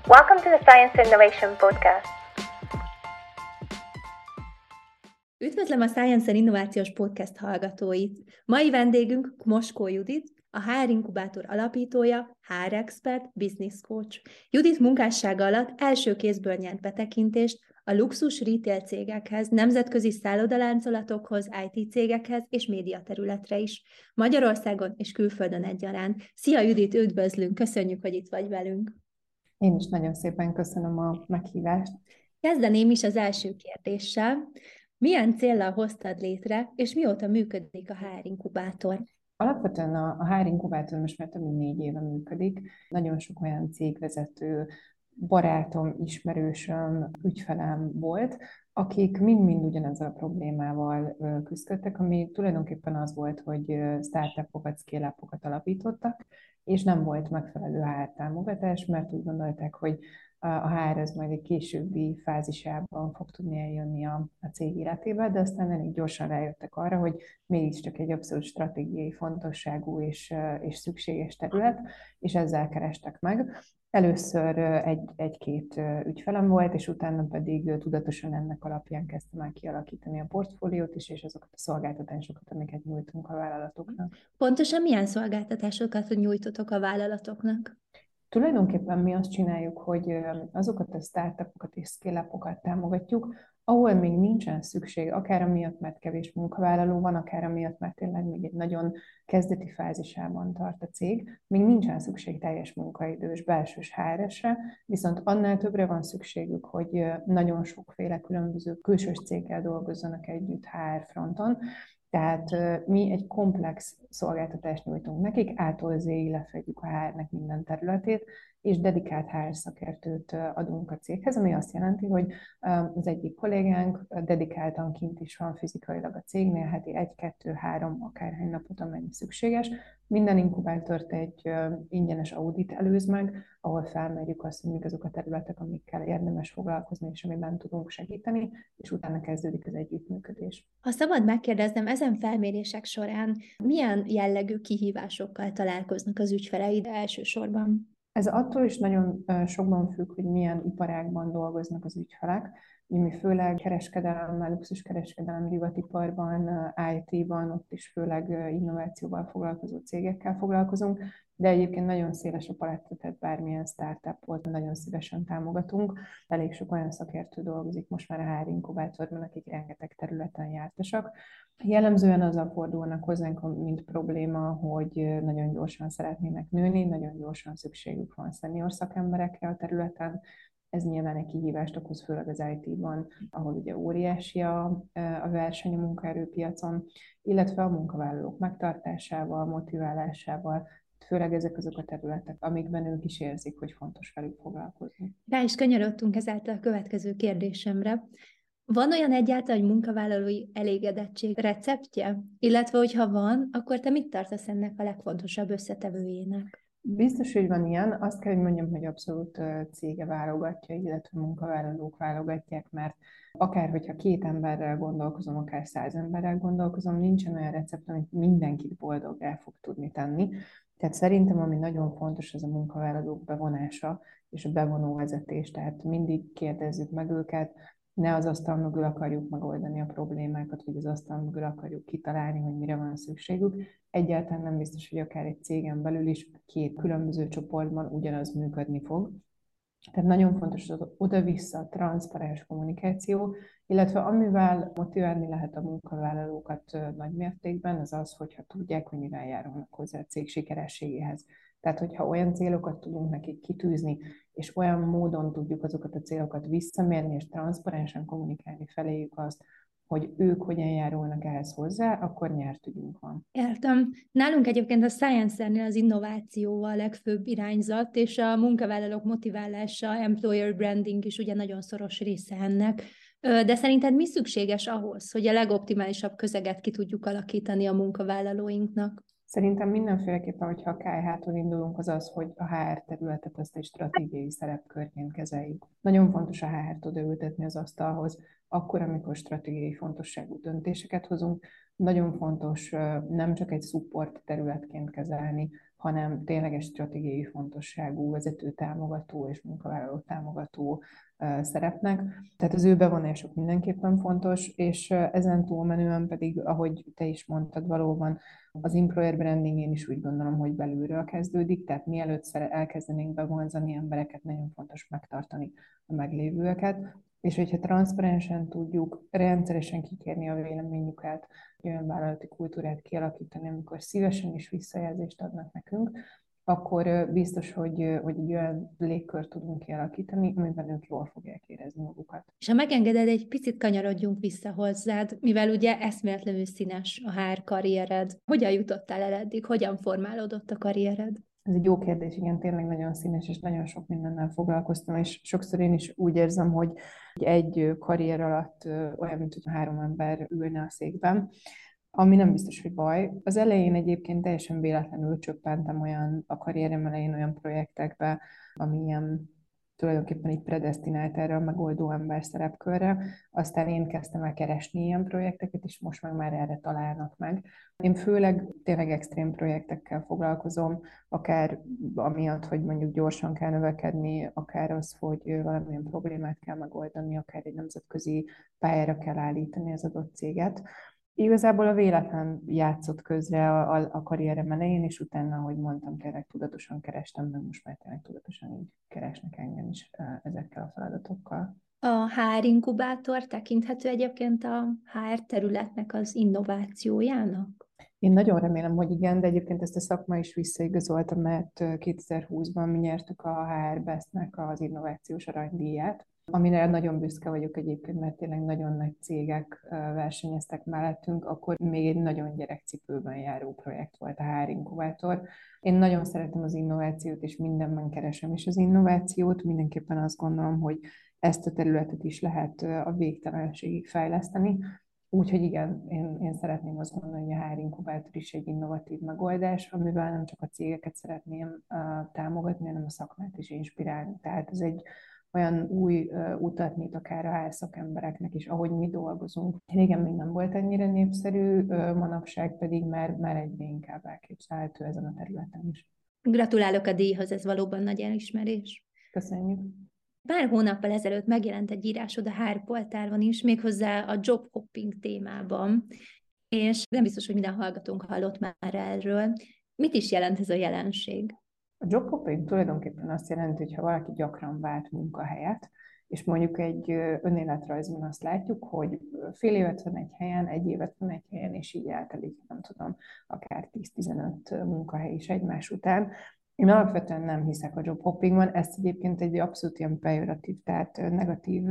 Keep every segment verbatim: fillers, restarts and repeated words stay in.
Welcome to the Science Innovation Podcast. Üdvözlöm a Science and Innovációs Podcast hallgatóit! Mai vendégünk Kmoskó Judit, a há er Inkubátor alapítója, há er expert, business coach. Judit munkássága alatt első kézből nyert betekintést a luxus retail cégekhez, nemzetközi szállodaláncolatokhoz, i té cégekhez és médiaterületre is, Magyarországon és külföldön egyaránt. Szia Judit, üdvözlünk, köszönjük, hogy itt vagy velünk! Én is nagyon szépen köszönöm a meghívást. Kezdeném is az első kérdéssel. Milyen céllal hoztad létre, és mióta működik a há er Inkubátor? Alapvetően a, a há er Inkubátor most már több mint négy éve működik. Nagyon sok olyan cégvezető, barátom, ismerősöm, ügyfelem volt, akik mind-mind ugyanezzel a problémával küzdöttek, ami tulajdonképpen az volt, hogy startupokat, scale-upokat alapítottak, és nem volt megfelelő há er támogatás, mert úgy gondolták, hogy a há er az majd egy későbbi fázisában fog tudni eljönni a, a cég életébe, de aztán elég gyorsan rájöttek arra, hogy mégiscsak egy abszolút stratégiai fontosságú és, és szükséges terület, és ezzel kerestek meg. Először egy, egy-két ügyfelem volt, és utána pedig tudatosan ennek alapján kezdtem el kialakítani a portfóliót is, és azokat a szolgáltatásokat, amiket nyújtunk a vállalatoknak. Pontosan milyen szolgáltatásokat nyújtotok a vállalatoknak? Tulajdonképpen mi azt csináljuk, hogy azokat a startupokat és scale-upokat támogatjuk, ahol még nincsen szükség, akár amiatt, mert kevés munkavállaló van, akár amiatt, mert tényleg még egy nagyon kezdeti fázisában tart a cég, még nincsen szükség teljes munkaidős belsős há er esre, viszont annál többre van szükségük, hogy nagyon sokféle különböző külsős céggel dolgozzanak együtt há er fronton. Tehát mi egy komplex szolgáltatást nyújtunk nekik, A-tól Z-ig lefedjük a há er-nek minden területét, és dedikált há er szakértőt adunk a céghez, ami azt jelenti, hogy az egyik kollégánk dedikáltan kint is van fizikailag a cégnél, heti egy, kettő, három, akárhány napot, amennyi szükséges. Minden inkubátort egy ingyenes audit előz meg, ahol felmérjük azt, hogy mik azok a területek, amikkel érdemes foglalkozni, és amiben tudunk segíteni, és utána kezdődik az együttműködés. Ha szabad megkérdeznem, ezen felmérések során milyen jellegű kihívásokkal találkoznak az ügyfeleid elsősorban? Ez attól is nagyon sokban függ, hogy milyen iparágban dolgoznak az ügyfelek. Mi főleg kereskedelemmel, luxuskereskedelem, divatiparban, i té-ban, ott is főleg innovációval foglalkozó cégekkel foglalkozunk, de egyébként nagyon széles a paletta, tehát bármilyen startupot nagyon szívesen támogatunk. Elég sok olyan szakértő dolgozik most már a há er Inkubátorban, akik rengeteg területen jártasak. Jellemzően azzal fordulnak hozzánk, mint probléma, hogy nagyon gyorsan szeretnének nőni, nagyon gyorsan szükségük van szenior szakemberekre a területen. Ez nyilván egy kihívást okoz, főleg az i té-ban, ahol ugye óriási a, a verseny a munkaerőpiacon, illetve a munkavállalók megtartásával, motiválásával, főleg ezek azok a területek, amikben ők is érzik, hogy fontos velük foglalkozni. Rá is kanyarodtunk ezáltal a következő kérdésemre. Van olyan egyáltalán, hogy munkavállalói elégedettség receptje? Illetve, hogyha van, akkor te mit tartasz ennek a legfontosabb összetevőjének? Biztos, hogy van ilyen. Azt kell, hogy mondjam, hogy abszolút cége válogatja, illetve munkavállalók válogatják, mert akár, hogyha két emberrel gondolkozom, akár száz emberrel gondolkozom, nincsen olyan recept, amit mindenkit boldoggá fog tudni tenni. Tehát szerintem, ami nagyon fontos, az a munkavállalók bevonása és a bevonó vezetés. Tehát mindig kérdezzük meg őket, ne az asztal mögül akarjuk megoldani a problémákat, vagy az asztal mögül akarjuk kitalálni, hogy mire van szükségük. Egyáltalán nem biztos, hogy akár egy cégen belül is két különböző csoportban ugyanaz működni fog. Tehát nagyon fontos az oda-vissza transzparens kommunikáció, illetve amivel motiválni lehet a munkavállalókat nagy mértékben, az az, hogyha tudják, hogy mivel járulnak hozzá a cég sikerességéhez. Tehát, hogyha olyan célokat tudunk nekik kitűzni, és olyan módon tudjuk azokat a célokat visszamérni, és transzparensen kommunikálni feléjük azt, hogy ők hogyan járulnak ehhez hozzá, akkor nyert ügyünk van. Értem. Nálunk egyébként a Science-nél az innováció a legfőbb irányzat, és a munkavállalók motiválása, employer branding is ugye nagyon szoros része ennek. De szerinted mi szükséges ahhoz, hogy a legoptimálisabb közeget ki tudjuk alakítani a munkavállalóinknak? Szerintem mindenféleképpen, hogyha a ká há-tól indulunk, az az, hogy a há er területet ezt egy stratégiai szerepkörként kezeljük. Nagyon fontos a há er-t odaültetni az asztalhoz, akkor, amikor stratégiai fontosságú döntéseket hozunk. Nagyon fontos nem csak egy support területként kezelni, hanem tényleges stratégiai fontosságú vezető támogató és munkavállaló támogató szerepnek. Tehát az ő bevonásuk mindenképpen fontos, és ezen túlmenően pedig, ahogy te is mondtad, valóban az employer branding én is úgy gondolom, hogy belülről kezdődik, tehát mielőtt elkezdenénk bevonzani embereket, nagyon fontos megtartani a meglévőeket, és hogyha transzparensen tudjuk rendszeresen kikérni a véleményüket, olyan vállalati kultúrát kialakítani, amikor szívesen is visszajelzést adnak nekünk, akkor biztos, hogy, hogy egy olyan légkört tudunk kialakítani, amiben ők jól fogják érezni magukat. És ha megengeded, egy picit kanyarodjunk vissza hozzád, mivel ugye eszméletlenül színes a há er karriered. Hogyan jutottál el eddig? Hogyan formálódott a karriered? Ez egy jó kérdés, igen, tényleg nagyon színes, és nagyon sok mindennel foglalkoztam, és sokszor én is úgy érzem, hogy egy karrier alatt olyan, mint hogy három ember ülne a székben, ami nem biztos, hogy baj. Az elején egyébként teljesen véletlenül csöppentem olyan a karrierem elején olyan projektekbe, ami ilyen tulajdonképpen így predesztinált erre a megoldó ember szerepkörre. Aztán én kezdtem el keresni ilyen projekteket, és most meg már erre találnak meg. Én főleg tényleg extrém projektekkel foglalkozom, akár amiatt, hogy mondjuk gyorsan kell növekedni, akár az, hogy valamilyen problémát kell megoldani, akár egy nemzetközi pályára kell állítani az adott céget. Igazából a véletlen játszott közre a, a, a karrierem elején, és utána, ahogy mondtam, tényleg tudatosan kerestem, meg most már tényleg tudatosan így keresnek engem is ezekkel a feladatokkal. A há er inkubátor tekinthető egyébként a há er területnek az innovációjának? Én nagyon remélem, hogy igen, de egyébként ezt a szakma is visszaigazolta, mert kétezer-húszban mi nyertük a há er Bestnek az innovációs aranydíját, amire nagyon büszke vagyok egyébként, mert tényleg nagyon nagy cégek versenyeztek mellettünk, akkor még egy nagyon gyerekcipőben járó projekt volt a há er inkubátor. Én nagyon szeretem az innovációt, és mindenben keresem is az innovációt, mindenképpen azt gondolom, hogy ezt a területet is lehet a végtelenségig fejleszteni. Úgyhogy igen, én, én szeretném azt gondolni, hogy a há er inkubátor is egy innovatív megoldás, amivel nem csak a cégeket szeretném uh, támogatni, hanem a szakmát is inspirálni. Tehát ez egy olyan új uh, utat nyit akár a há er szakembereknek is, ahogy mi dolgozunk. Régen még nem volt ennyire népszerű, uh, manapság pedig már, már egyre inkább elképzelhető ezen a területen is. Gratulálok a díjhoz, ez valóban nagy elismerés. Köszönjük! Pár hónappal ezelőtt megjelent egy írásod a há er portálon is, méghozzá a job hopping témában, és nem biztos, hogy minden hallgatónk hallott már erről. Mit is jelent ez a jelenség? A job hopping tulajdonképpen azt jelenti, hogy ha valaki gyakran vált munkahelyet, és mondjuk egy önéletrajzban azt látjuk, hogy fél évet van egy helyen, egy évet van egy helyen, és így eltelik, nem tudom, akár tíz-tizenöt munkahely is egymás után. Én alapvetően nem hiszek a job hoppingban, ezt egyébként egy abszolút ilyen pejoratív, tehát negatív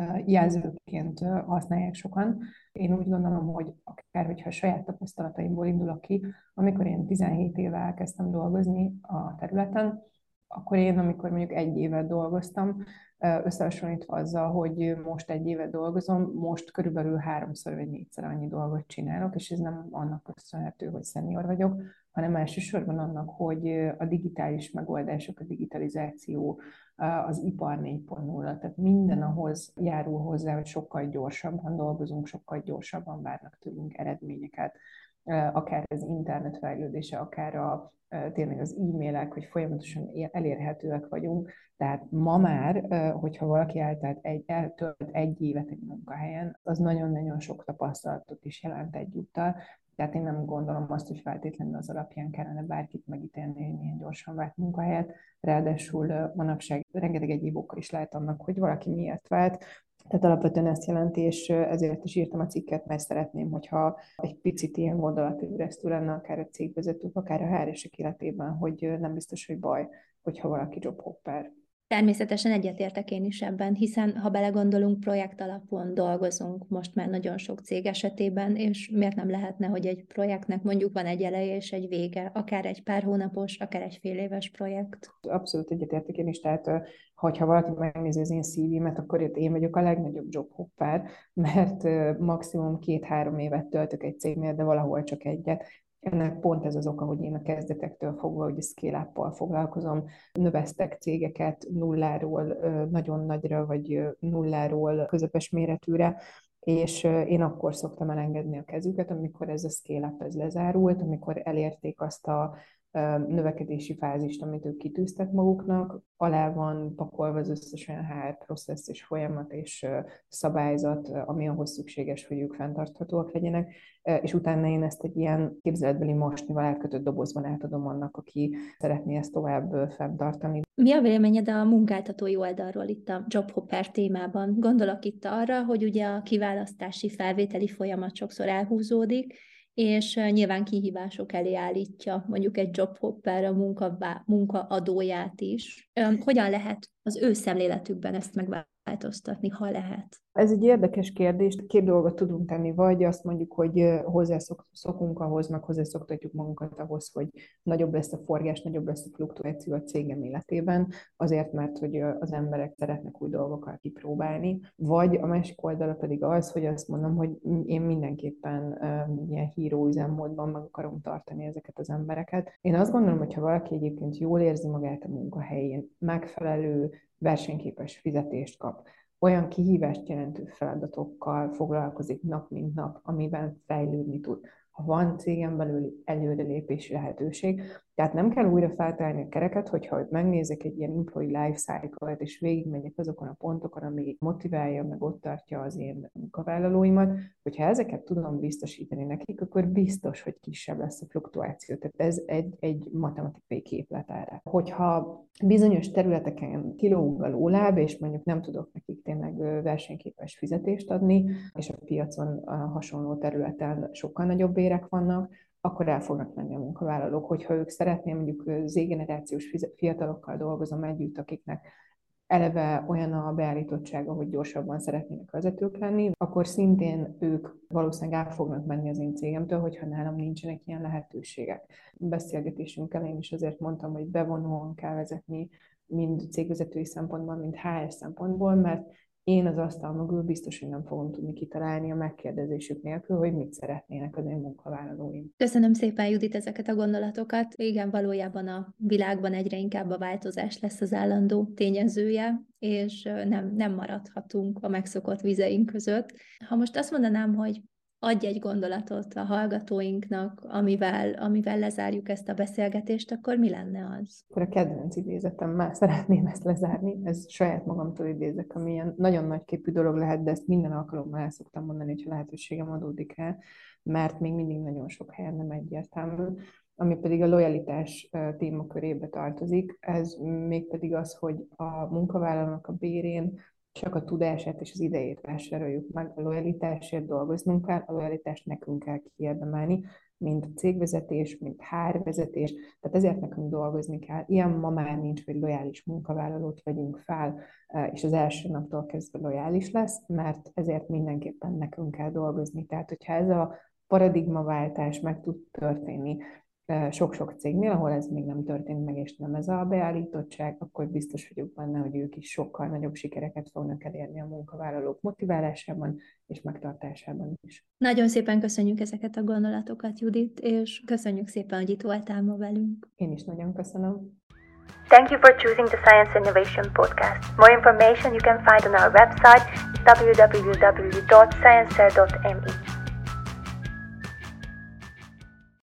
jelzőként használják sokan. Én úgy gondolom, hogy akár, hogyha a saját tapasztalataimból indulok ki, amikor én tizenhét éve elkezdtem dolgozni a területen, akkor én, amikor mondjuk egy évet dolgoztam, összehasonlítva azzal, hogy most egy évet dolgozom, most körülbelül háromszor vagy négyszer annyi dolgot csinálok, és ez nem annak köszönhető, hogy szenior vagyok, hanem elsősorban annak, hogy a digitális megoldások, a digitalizáció, az ipar négy pont nulla, tehát minden ahhoz járul hozzá, hogy sokkal gyorsabban dolgozunk, sokkal gyorsabban várnak tőlünk eredményeket, akár az internet fejlődése, akár a, tényleg az e-mailek, hogy folyamatosan elérhetőek vagyunk. Tehát ma már, hogyha valaki eltölt egy, eltölt egy évet egy munkahelyen, az nagyon-nagyon sok tapasztalatot is jelent egyúttal. Tehát én nem gondolom azt, hogy feltétlenül az alapján kellene bárkit megítélni, hogy milyen gyorsan vált munkahelyet. Ráadásul manapság rengeteg egyéb oka is lehet annak, hogy valaki miért vált. Tehát alapvetően ezt jelenti, és ezért is írtam a cikket, mert szeretném, hogyha egy picit ilyen gondolatébresztő lenne akár a cégvezetők, akár a há er-esek életében, hogy nem biztos, hogy baj, hogyha valaki jobhopper. Természetesen egyetértek én is ebben, hiszen ha belegondolunk, projekt alapon dolgozunk most már nagyon sok cég esetében, és miért nem lehetne, hogy egy projektnek mondjuk van egy eleje és egy vége, akár egy pár hónapos, akár egy fél éves projekt. Abszolút egyetértek én is, tehát hogyha valaki megnézi az én cé vé-met, akkor itt én vagyok a legnagyobb jobhopper, mert maximum két-három évet töltök egy cégnél, de valahol csak egyet. Ennek pont ez az oka, hogy én a kezdetektől fogva, hogy a scale-up-pal foglalkozom, növeztek cégeket nulláról nagyon nagyra, vagy nulláról közepes méretűre, és én akkor szoktam elengedni a kezüket, amikor ez a scale-up ez lezárult, amikor elérték azt a növekedési fázist, amit ők kitűztek maguknak, alá van pakolva az összes olyan há er processz és folyamat és szabályzat, ami ahhoz szükséges, hogy ők fenntarthatóak legyenek, és utána én ezt egy ilyen képzeletbeli mosnival átkötött dobozban átadom annak, aki szeretné ezt tovább fenntartani. Mi a véleményed a munkáltatói oldalról itt a Jobhopper témában? Gondolok itt arra, hogy ugye a kiválasztási felvételi folyamat sokszor elhúzódik, és nyilván kihívások elé állítja mondjuk egy Jobhopper a munka, munkaadóját is. Hogyan lehet az ő szemléletükben ezt megváltoztatni, ha lehet? Ez egy érdekes kérdés. Két dolgot tudunk tenni, vagy azt mondjuk, hogy hozzászokunk ahhoz, meg hozzászoktatjuk magunkat ahhoz, hogy nagyobb lesz a forgás, nagyobb lesz a fluktuáció a cégem életében, azért, mert hogy az emberek szeretnek új dolgokat kipróbálni. Vagy a másik oldala pedig az, hogy azt mondom, hogy én mindenképpen ilyen híró üzemmódban meg akarom tartani ezeket az embereket. Én azt gondolom, hogy ha valaki egyébként jól érzi magát a munkahelyén, megfelelő versenyképes fizetést kap, olyan kihívást jelentő feladatokkal foglalkozik nap mint nap, amiben fejlődni tud. Ha van cégen belüli előrelépési lehetőség, tehát nem kell újra feltárni a kereket, hogyha megnézek egy ilyen employee life cycle-et, és végigmegyek azokon a pontokon, ami motiválja, meg ott tartja az én munkavállalóimat, hogyha ezeket tudom biztosítani nekik, akkor biztos, hogy kisebb lesz a fluktuáció. Tehát ez egy, egy matematikai képlet erre. Hogyha bizonyos területeken kilóg a lóláb, és mondjuk nem tudok nekik tényleg versenyképes fizetést adni, és a piacon a hasonló területen sokkal nagyobb bérek vannak, akkor el fognak menni a munkavállalók. Hogyha ők szeretnék, mondjuk Z-generációs fiatalokkal dolgozom együtt, akiknek eleve olyan a beállítottsága, hogy gyorsabban szeretnének vezetők lenni, akkor szintén ők valószínűleg el fognak menni az én cégemtől, hogyha nálam nincsenek ilyen lehetőségek. Beszélgetésünk elején is azért mondtam, hogy bevonóan kell vezetni mind cégvezetői szempontból, mind há er szempontból, mert én az asztal mögül biztos, hogy nem fogom tudni kitalálni a megkérdezésük nélkül, hogy mit szeretnének az én munkavállalóim. Köszönöm szépen, Judit, ezeket a gondolatokat. Igen, valójában a világban egyre inkább a változás lesz az állandó tényezője, és nem, nem maradhatunk a megszokott vizeink között. Ha most azt mondanám, hogy adj egy gondolatot a hallgatóinknak, amivel, amivel lezárjuk ezt a beszélgetést, akkor mi lenne az? Akkor a kedvenc idézetemmel szeretném ezt lezárni. Ez saját magamtól idézek, ami ilyen nagyon nagyképű dolog lehet, de ezt minden alkalommal el szoktam mondani, hogyha lehetőségem adódik el, mert még mindig nagyon sok helyen nem egyértelmű. Ami pedig a lojalitás témakörébe tartozik, ez mégpedig az, hogy a munkavállalónak a bérén csak a tudását és az idejét vásároljuk meg, a lojalitásért dolgoznunk kell, a lojalitást nekünk kell kiérdemelni, mint cégvezetés, mint há er vezetés, tehát ezért nekünk dolgozni kell. Ilyen ma már nincs, hogy lojális munkavállalót vegyünk fel, és az első naptól kezdve lojális lesz, mert ezért mindenképpen nekünk kell dolgozni. Tehát, hogyha ez a paradigmaváltás meg tud történni sok-sok cégnél, ahol ez még nem történt meg, és nem ez a beállítottság, akkor biztos vagyok benne, hogy ők is sokkal nagyobb sikereket fognak elérni a munkavállalók motiválásában és megtartásában is. Nagyon szépen köszönjük ezeket a gondolatokat, Judit, és köszönjük szépen, hogy itt voltál ma velünk. Én is nagyon köszönöm. Thank you for choosing the Science Innovation Podcast. More information you can find on our website w w w dot sciencer dot m e.